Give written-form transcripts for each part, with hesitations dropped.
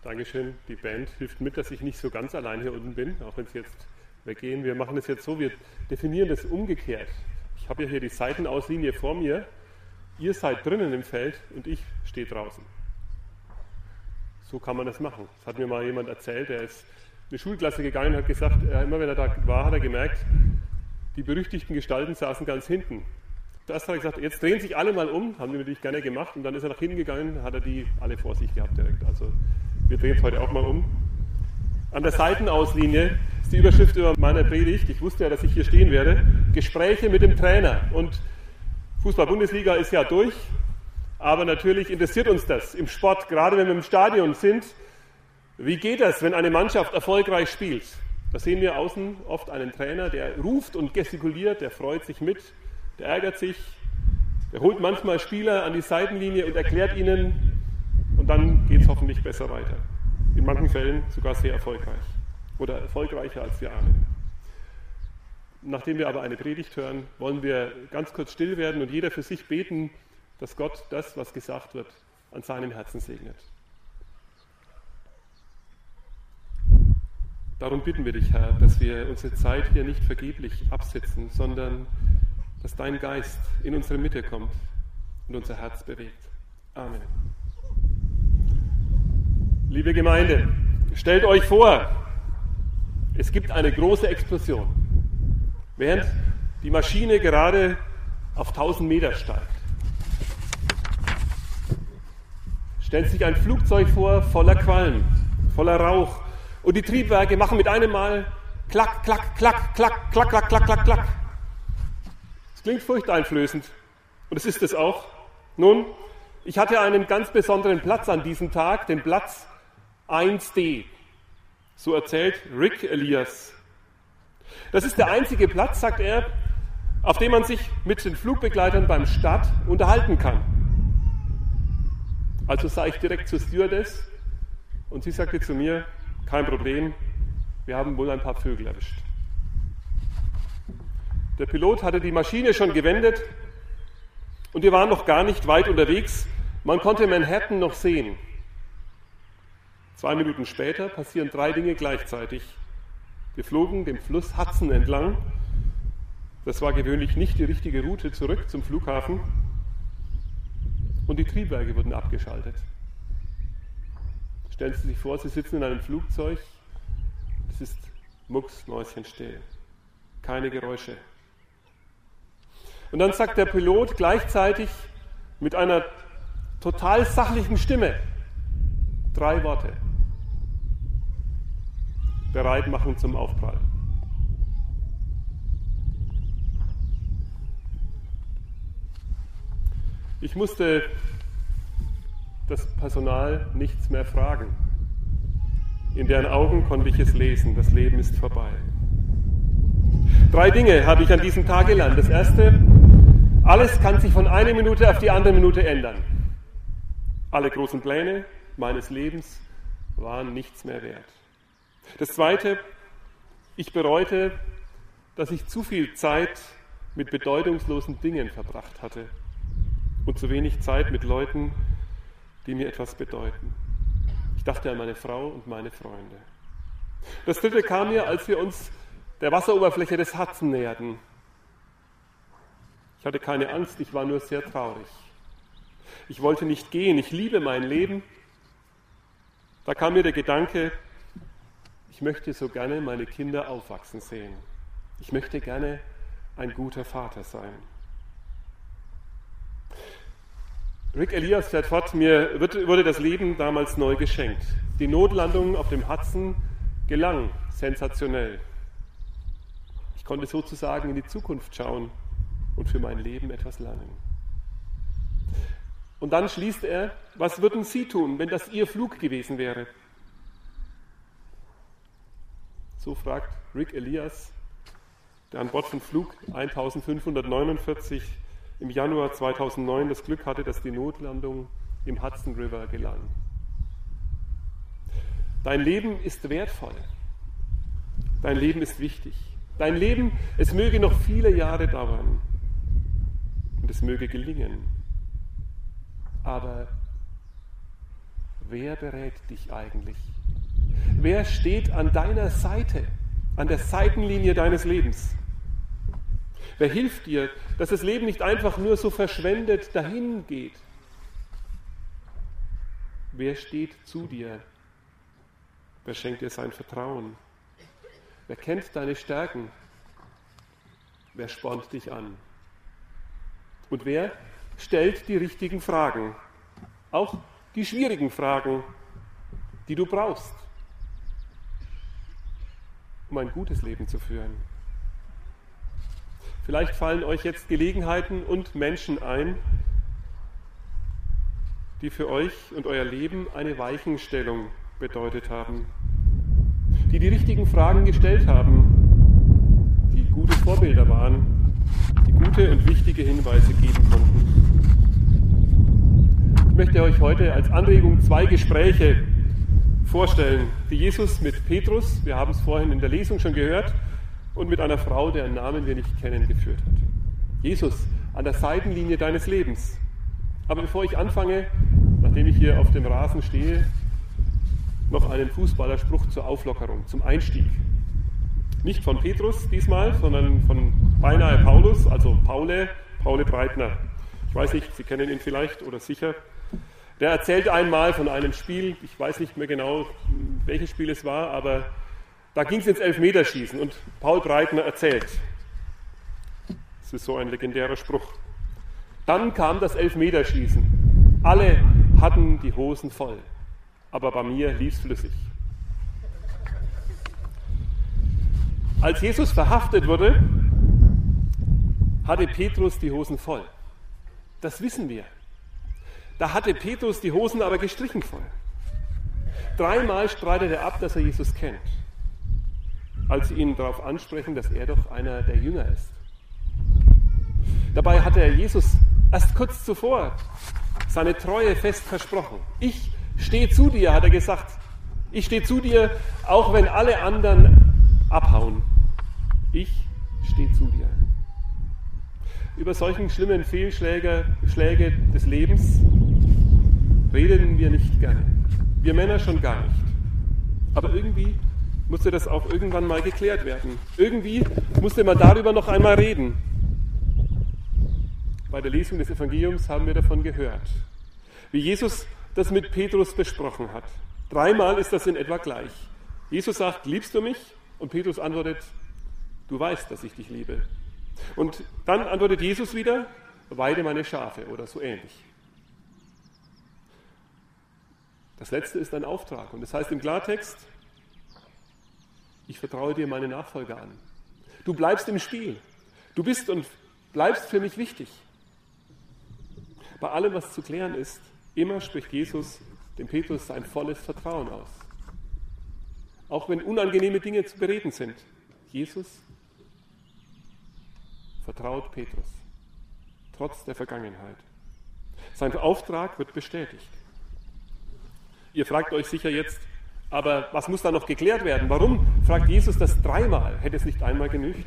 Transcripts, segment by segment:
Dankeschön. Die Band hilft mit, dass ich nicht so ganz allein hier unten bin, auch wenn sie jetzt weggehen. Wir machen es jetzt so, wir definieren das umgekehrt. Ich habe ja hier die Seitenauslinie vor mir. Ihr seid drinnen im Feld und ich stehe draußen. So kann man das machen. Das hat mir mal jemand erzählt, der ist in eine Schulklasse gegangen und hat gesagt, immer wenn er da war, hat er gemerkt, die berüchtigten Gestalten saßen ganz hinten. Zuerst hat er gesagt, jetzt drehen sich alle mal um, haben die natürlich gerne gemacht, und dann ist er nach hinten gegangen, hat er die alle vor sich gehabt direkt. Also wir drehen es heute auch mal um. An der Seitenauslinie ist die Überschrift über meiner Predigt. Ich wusste ja, dass ich hier stehen werde. Gespräche mit dem Trainer. Und Fußball-Bundesliga ist ja durch, aber natürlich interessiert uns das im Sport, gerade wenn wir im Stadion sind. Wie geht das, wenn eine Mannschaft erfolgreich spielt? Da sehen wir außen oft einen Trainer, der ruft und gestikuliert, der freut sich mit, der ärgert sich, der holt manchmal Spieler an die Seitenlinie und erklärt ihnen, und dann geht es hoffentlich besser weiter. In manchen Fällen sogar sehr erfolgreich oder erfolgreicher als wir ahnen. Nachdem wir aber eine Predigt hören, wollen wir ganz kurz still werden und jeder für sich beten, dass Gott das, was gesagt wird, an seinem Herzen segnet. Darum bitten wir dich, Herr, dass wir unsere Zeit hier nicht vergeblich absitzen, sondern dass dein Geist in unsere Mitte kommt und unser Herz bewegt. Amen. Liebe Gemeinde, stellt euch vor, es gibt eine große Explosion, während die Maschine gerade auf 1000 Meter steigt. Stellt sich ein Flugzeug vor, voller Qualm, voller Rauch, und die Triebwerke machen mit einem Mal klack, klack, klack, klack, klack, klack, klack, klack, klack. Das klingt furchteinflößend, und es ist es auch. Nun, ich hatte einen ganz besonderen Platz an diesem Tag, den Platz 1D. So erzählt Rick Elias. Das ist der einzige Platz, sagt er, auf dem man sich mit den Flugbegleitern beim Start unterhalten kann. Also sah ich direkt zur Stewardess und sie sagte zu mir, kein Problem, wir haben wohl ein paar Vögel erwischt. Der Pilot hatte die Maschine schon gewendet und wir waren noch gar nicht weit unterwegs. Man konnte Manhattan noch sehen. 2 Minuten später passieren 3 Dinge gleichzeitig. Wir flogen dem Fluss Hudson entlang. Das war gewöhnlich nicht die richtige Route zurück zum Flughafen. Und die Triebwerke wurden abgeschaltet. Stellen Sie sich vor, Sie sitzen in einem Flugzeug. Es ist mucksmäuschenstill. Keine Geräusche. Und dann sagt der Pilot gleichzeitig mit einer total sachlichen Stimme 3 Worte. Bereit machen zum Aufprall. Ich musste das Personal nichts mehr fragen. In deren Augen konnte ich es lesen, das Leben ist vorbei. 3 Dinge habe ich an diesem Tag gelernt. Das erste, alles kann sich von einer Minute auf die andere Minute ändern. Alle großen Pläne meines Lebens waren nichts mehr wert. Das zweite, ich bereute, dass ich zu viel Zeit mit bedeutungslosen Dingen verbracht hatte und zu wenig Zeit mit Leuten, die mir etwas bedeuten. Ich dachte an meine Frau und meine Freunde. Das dritte kam mir, als wir uns der Wasseroberfläche des Hudson näherten. Ich hatte keine Angst, ich war nur sehr traurig. Ich wollte nicht gehen, ich liebe mein Leben. Da kam mir der Gedanke, ich möchte so gerne meine Kinder aufwachsen sehen. Ich möchte gerne ein guter Vater sein. Rick Elias fährt fort, mir wurde das Leben damals neu geschenkt. Die Notlandung auf dem Hudson gelang sensationell. Ich konnte sozusagen in die Zukunft schauen und für mein Leben etwas lernen. Und dann schließt er, was würden Sie tun, wenn das Ihr Flug gewesen wäre? So fragt Rick Elias, der an Bord von Flug 1549 im Januar 2009 das Glück hatte, dass die Notlandung im Hudson River gelang. Dein Leben ist wertvoll. Dein Leben ist wichtig. Dein Leben, es möge noch viele Jahre dauern und es möge gelingen. Aber wer berät dich eigentlich? Wer steht an deiner Seite, an der Seitenlinie deines Lebens? Wer hilft dir, dass das Leben nicht einfach nur so verschwendet dahin geht? Wer steht zu dir? Wer schenkt dir sein Vertrauen? Wer kennt deine Stärken? Wer spornt dich an? Und wer stellt die richtigen Fragen? Auch die schwierigen Fragen, die du brauchst, um ein gutes Leben zu führen. Vielleicht fallen euch jetzt Gelegenheiten und Menschen ein, die für euch und euer Leben eine Weichenstellung bedeutet haben, die die richtigen Fragen gestellt haben, die gute Vorbilder waren, die gute und wichtige Hinweise geben konnten. Ich möchte euch heute als Anregung 2 Gespräche vorstellen, die Jesus mit Petrus, wir haben es vorhin in der Lesung schon gehört, und mit einer Frau, deren Namen wir nicht kennen, geführt hat. Jesus, an der Seitenlinie deines Lebens. Aber bevor ich anfange, nachdem ich hier auf dem Rasen stehe, noch einen Fußballerspruch zur Auflockerung, zum Einstieg. Nicht von Petrus diesmal, sondern von beinahe Paulus, also Paul Breitner. Ich weiß nicht, Sie kennen ihn vielleicht oder sicher. Der erzählte einmal von einem Spiel, ich weiß nicht mehr genau, welches Spiel es war, aber da ging es ins Elfmeterschießen und Paul Breitner erzählt. Das ist so ein legendärer Spruch. Dann kam das Elfmeterschießen. Alle hatten die Hosen voll, aber bei mir lief es flüssig. Als Jesus verhaftet wurde, hatte Petrus die Hosen voll. Das wissen wir. Da hatte Petrus die Hosen aber gestrichen voll. 3-mal streitet er ab, dass er Jesus kennt, als sie ihn darauf ansprechen, dass er doch einer der Jünger ist. Dabei hatte er Jesus erst kurz zuvor seine Treue fest versprochen. Ich stehe zu dir, hat er gesagt. Ich stehe zu dir, auch wenn alle anderen abhauen. Ich stehe zu dir. Über solchen schlimmen Fehlschläge des Lebens reden wir nicht gerne. Wir Männer schon gar nicht. Aber irgendwie musste das auch irgendwann mal geklärt werden. Irgendwie musste man darüber noch einmal reden. Bei der Lesung des Evangeliums haben wir davon gehört, wie Jesus das mit Petrus besprochen hat. 3-mal ist das in etwa gleich. Jesus sagt, liebst du mich? Und Petrus antwortet, du weißt, dass ich dich liebe. Und dann antwortet Jesus wieder, weide meine Schafe oder so ähnlich. Das letzte ist ein Auftrag und das heißt im Klartext, ich vertraue dir meine Nachfolger an. Du bleibst im Spiel. Du bist und bleibst für mich wichtig. Bei allem, was zu klären ist, immer spricht Jesus dem Petrus sein volles Vertrauen aus. Auch wenn unangenehme Dinge zu bereden sind. Jesus vertraut Petrus, trotz der Vergangenheit. Sein Auftrag wird bestätigt. Ihr fragt euch sicher jetzt, aber was muss da noch geklärt werden? Warum fragt Jesus das 3-mal? Hätte es nicht einmal genügt?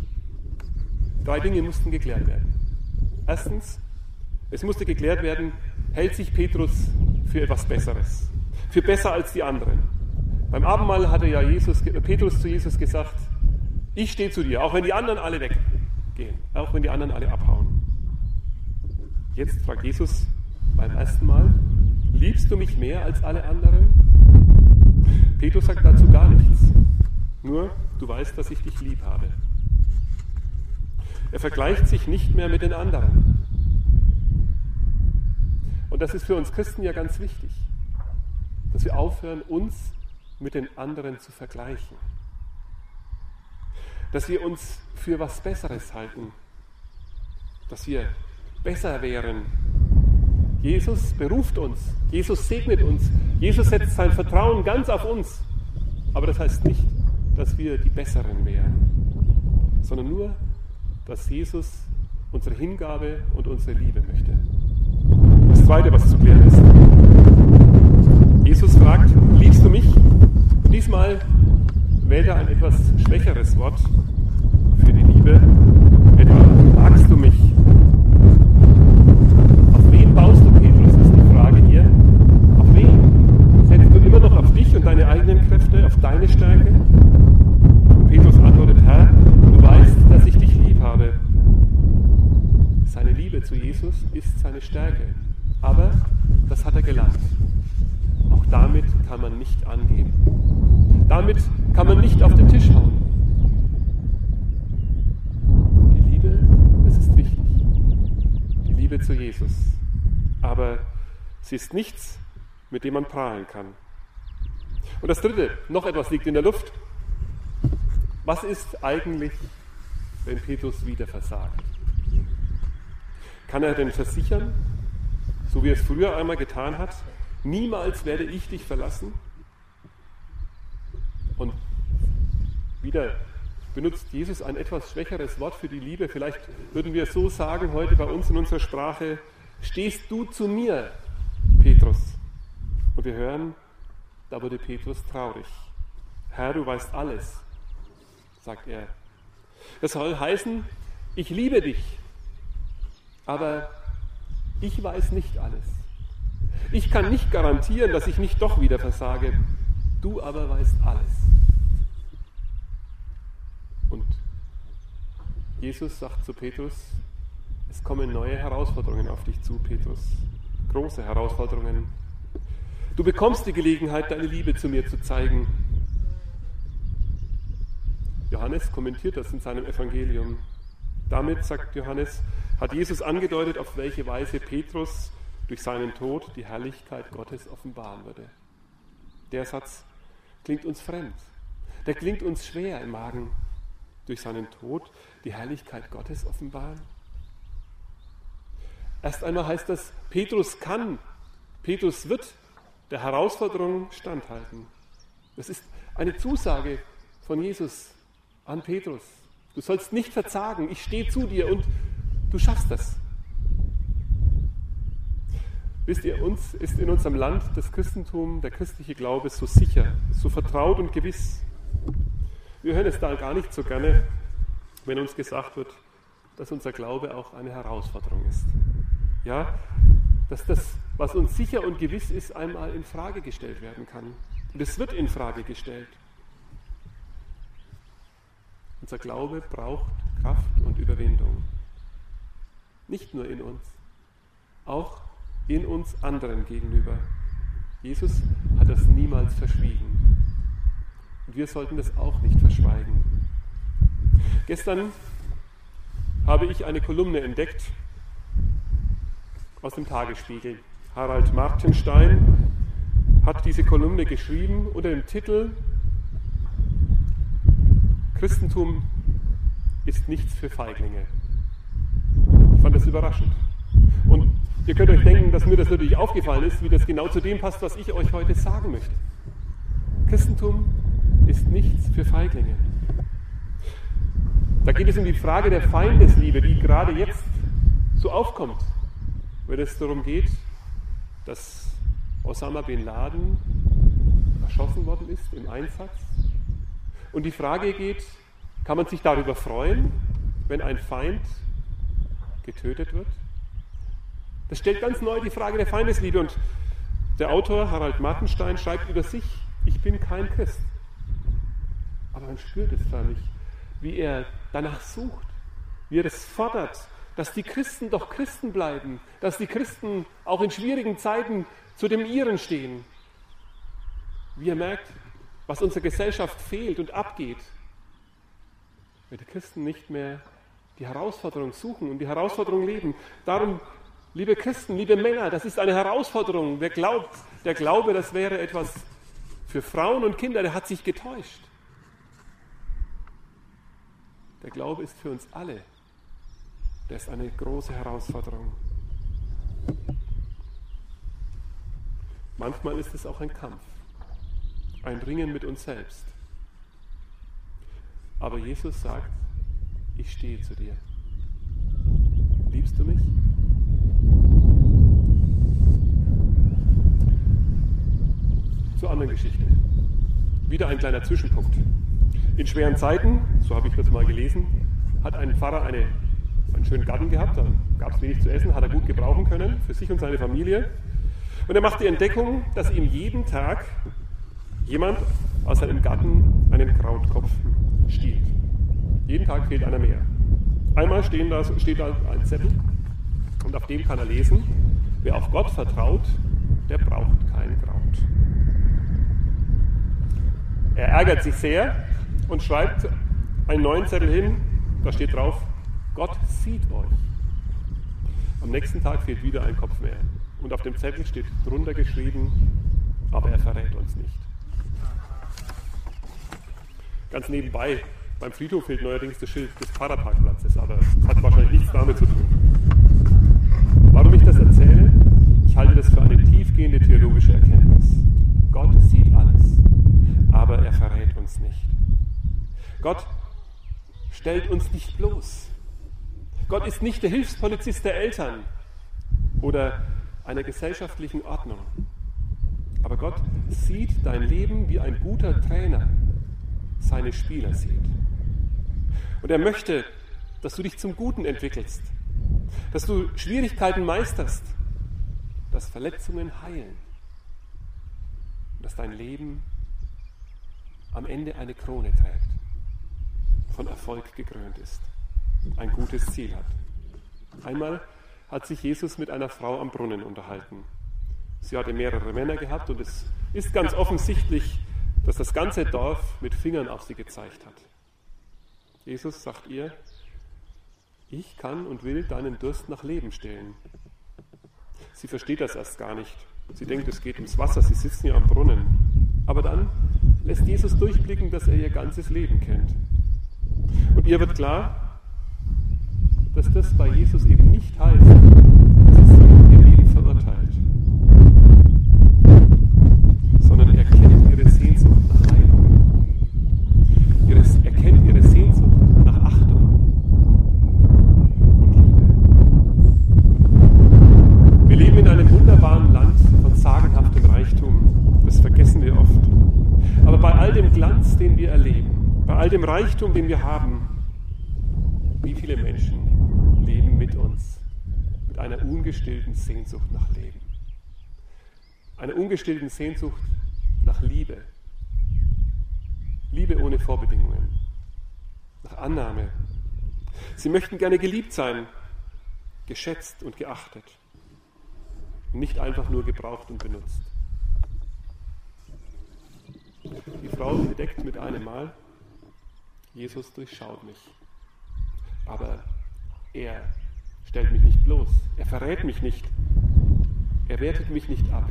3 Dinge mussten geklärt werden. Erstens, es musste geklärt werden, hält sich Petrus für etwas Besseres, für besser als die anderen. Beim Abendmahl hatte ja Petrus zu Jesus gesagt, ich stehe zu dir, auch wenn die anderen alle weggehen, auch wenn die anderen alle abhauen. Jetzt fragt Jesus beim ersten Mal, liebst du mich mehr als alle anderen? Petrus sagt dazu gar nichts, nur du weißt, dass ich dich lieb habe. Er vergleicht sich nicht mehr mit den anderen. Und das ist für uns Christen ja ganz wichtig, dass wir aufhören, uns mit den anderen zu vergleichen. Dass wir uns für was Besseres halten, dass wir besser wären. Jesus beruft uns, Jesus segnet uns, Jesus setzt sein Vertrauen ganz auf uns. Aber das heißt nicht, dass wir die Besseren wären, sondern nur, dass Jesus unsere Hingabe und unsere Liebe möchte. Das Zweite, was zu klären ist. Jesus fragt, liebst du mich? Und diesmal wählt er ein etwas schwächeres Wort für die Liebe. Etwa, magst du mich? Auf wen baust du, Petrus, ist die Frage hier. Auf wen? gelangt. Auch damit kann man nicht angeben. Damit kann man nicht auf den Tisch hauen. Die Liebe, das ist wichtig. Die Liebe zu Jesus. Aber sie ist nichts, mit dem man prahlen kann. Und das Dritte, noch etwas liegt in der Luft. Was ist eigentlich, wenn Petrus wieder versagt? Kann er denn versichern, so wie er es früher einmal getan hat, niemals werde ich dich verlassen? Und wieder benutzt Jesus ein etwas schwächeres Wort für die Liebe. Vielleicht würden wir es so sagen heute bei uns in unserer Sprache: Stehst du zu mir, Petrus? Und wir hören, da wurde Petrus traurig. Herr, du weißt alles, sagt er. Das soll heißen, ich liebe dich, aber ich weiß nicht alles. Ich kann nicht garantieren, dass ich nicht doch wieder versage. Du aber weißt alles. Und Jesus sagt zu Petrus, es kommen neue Herausforderungen auf dich zu, Petrus. Große Herausforderungen. Du bekommst die Gelegenheit, deine Liebe zu mir zu zeigen. Johannes kommentiert das in seinem Evangelium. Damit, sagt Johannes, hat Jesus angedeutet, auf welche Weise Petrus durch seinen Tod die Herrlichkeit Gottes offenbaren würde. Der Satz klingt uns fremd. Der klingt uns schwer im Magen. Durch seinen Tod die Herrlichkeit Gottes offenbaren? Erst einmal heißt das, Petrus kann, Petrus wird der Herausforderung standhalten. Das ist eine Zusage von Jesus an Petrus. Du sollst nicht verzagen, ich stehe zu dir und du schaffst das. Wisst ihr, uns ist in unserem Land das Christentum, der christliche Glaube so sicher, so vertraut und gewiss. Wir hören es da gar nicht so gerne, wenn uns gesagt wird, dass unser Glaube auch eine Herausforderung ist. Ja, dass das, was uns sicher und gewiss ist, einmal in Frage gestellt werden kann. Und es wird in Frage gestellt. Unser Glaube braucht Kraft und Überwindung. Nicht nur in uns, auch in uns anderen gegenüber. Jesus hat das niemals verschwiegen. Und wir sollten das auch nicht verschweigen. Gestern habe ich eine Kolumne entdeckt aus dem Tagesspiegel. Harald Martenstein hat diese Kolumne geschrieben unter dem Titel Christentum ist nichts für Feiglinge. Ich fand das überraschend. Und ihr könnt euch denken, dass mir das natürlich aufgefallen ist, wie das genau zu dem passt, was ich euch heute sagen möchte. Christentum ist nichts für Feiglinge. Da geht es um die Frage der Feindesliebe, die gerade jetzt so aufkommt, wenn es darum geht, dass Osama bin Laden erschossen worden ist im Einsatz. Und die Frage geht, kann man sich darüber freuen, wenn ein Feind getötet wird? Das stellt ganz neu die Frage der Feindesliebe. Und der Autor Harald Martenstein schreibt über sich, ich bin kein Christ. Aber man spürt es förmlich, wie er danach sucht, wie er das fordert, dass die Christen doch Christen bleiben, dass die Christen auch in schwierigen Zeiten zu dem Ihren stehen. Wie er merkt, was unserer Gesellschaft fehlt und abgeht, wenn die Christen nicht mehr die Herausforderung suchen und die Herausforderung leben. Darum, liebe Christen, liebe Männer, das ist eine Herausforderung. Wer glaubt, der Glaube, das wäre etwas für Frauen und Kinder, der hat sich getäuscht. Der Glaube ist für uns alle. Das ist eine große Herausforderung. Manchmal ist es auch ein Kampf, ein Ringen mit uns selbst. Aber Jesus sagt, ich stehe zu dir. Liebst du mich? Zur anderen Geschichte. Wieder ein kleiner Zwischenpunkt. In schweren Zeiten, so habe ich das mal gelesen, hat ein Pfarrer einen schönen Garten gehabt, da gab es wenig zu essen, hat er gut gebrauchen können für sich und seine Familie. Und er macht die Entdeckung, dass ihm jeden Tag jemand aus seinem Garten einen Krautkopf stiehlt. Jeden Tag fehlt einer mehr. Einmal steht da ein Zettel und auf dem kann er lesen, wer auf Gott vertraut, der Er ärgert sich sehr und schreibt einen neuen Zettel hin, da steht drauf, Gott sieht euch. Am nächsten Tag fehlt wieder ein Kopf mehr. Und auf dem Zettel steht drunter geschrieben, aber er verrät uns nicht. Ganz nebenbei, beim Friedhof fehlt neuerdings das Schild des Pfarrerparkplatzes, aber es hat wahrscheinlich nichts damit zu tun. Warum ich das erzähle? Ich halte das für eine tiefgehende theologische Erkenntnis. Gott sieht alles, aber er verrät uns nicht. Gott stellt uns nicht bloß. Gott ist nicht der Hilfspolizist der Eltern oder einer gesellschaftlichen Ordnung. Aber Gott sieht dein Leben wie ein guter Trainer seine Spieler sieht. Und er möchte, dass du dich zum Guten entwickelst, dass du Schwierigkeiten meisterst, dass Verletzungen heilen und dass dein Leben am Ende eine Krone trägt, von Erfolg gekrönt ist, ein gutes Ziel hat. Einmal hat sich Jesus mit einer Frau am Brunnen unterhalten. Sie hatte mehrere Männer gehabt und es ist ganz offensichtlich, dass das ganze Dorf mit Fingern auf sie gezeigt hat. Jesus sagt ihr, ich kann und will deinen Durst nach Leben stillen. Sie versteht das erst gar nicht. Sie denkt, es geht ums Wasser, sie sitzen ja am Brunnen. Aber dann lässt Jesus durchblicken, dass er ihr ganzes Leben kennt. Und ihr wird klar, dass das bei Jesus eben nicht heißt, dass sie ihr Leben verurteilt, sondern er kennt ihre Sehnsucht nach Heilung. Er kennt ihre Sehnsucht nach Achtung und Liebe. Wir leben in einem wunderbaren Land von sagenhaftem Reichtum. Das vergessen wir oft. Aber bei all dem Glanz, den wir erleben, bei all dem Reichtum, den wir haben, wie viele Menschen leben mit uns mit einer ungestillten Sehnsucht nach Leben? Einer ungestillten Sehnsucht nach Liebe. Liebe ohne Vorbedingungen. Nach Annahme. Sie möchten gerne geliebt sein, geschätzt und geachtet. Und nicht einfach nur gebraucht und benutzt. Die Frau bedeckt mit einem Mal, Jesus durchschaut mich. Aber er stellt mich nicht bloß. Er verrät mich nicht. Er wertet mich nicht ab.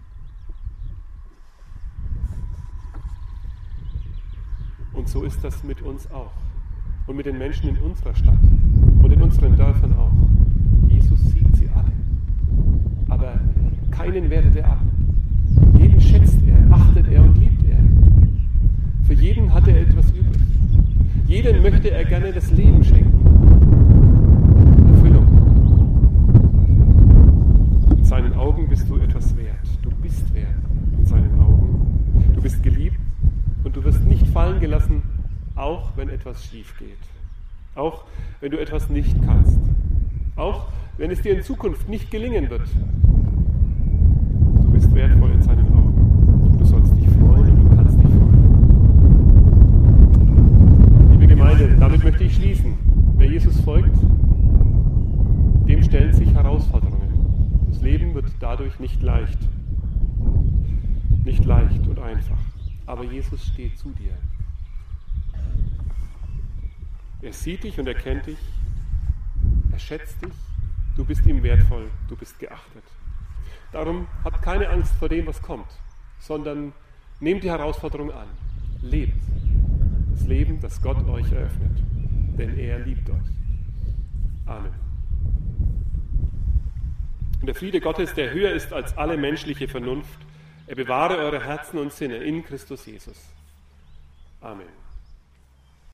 Und so ist das mit uns auch. Und mit den Menschen in unserer Stadt und in unseren Dörfern auch. Jesus sieht sie alle. Aber keinen wertet er ab. Jeden schätzt er, achtet er und liebt er. Für jeden hat er etwas übrig. Jedem möchte er gerne das Leben schenken. Erfüllung. In seinen Augen bist du etwas wert. Du bist wert in seinen Augen. Du bist geliebt. Und du wirst nicht fallen gelassen, auch wenn etwas schief geht. Auch wenn du etwas nicht kannst. Auch wenn es dir in Zukunft nicht gelingen wird. Du bist wertvoll in seinen Augen. Du sollst dich freuen und du kannst dich freuen. Liebe Gemeinde, damit möchte ich schließen. Wer Jesus folgt, dem stellen sich Herausforderungen. Das Leben wird dadurch nicht leicht. Nicht leicht und einfach. Aber Jesus steht zu dir. Er sieht dich und er kennt dich. Er schätzt dich. Du bist ihm wertvoll. Du bist geachtet. Darum habt keine Angst vor dem, was kommt, sondern nehmt die Herausforderung an. Lebt das Leben, das Gott euch eröffnet. Denn er liebt euch. Amen. Und der Friede Gottes, der höher ist als alle menschliche Vernunft, er bewahre eure Herzen und Sinne in Christus Jesus. Amen.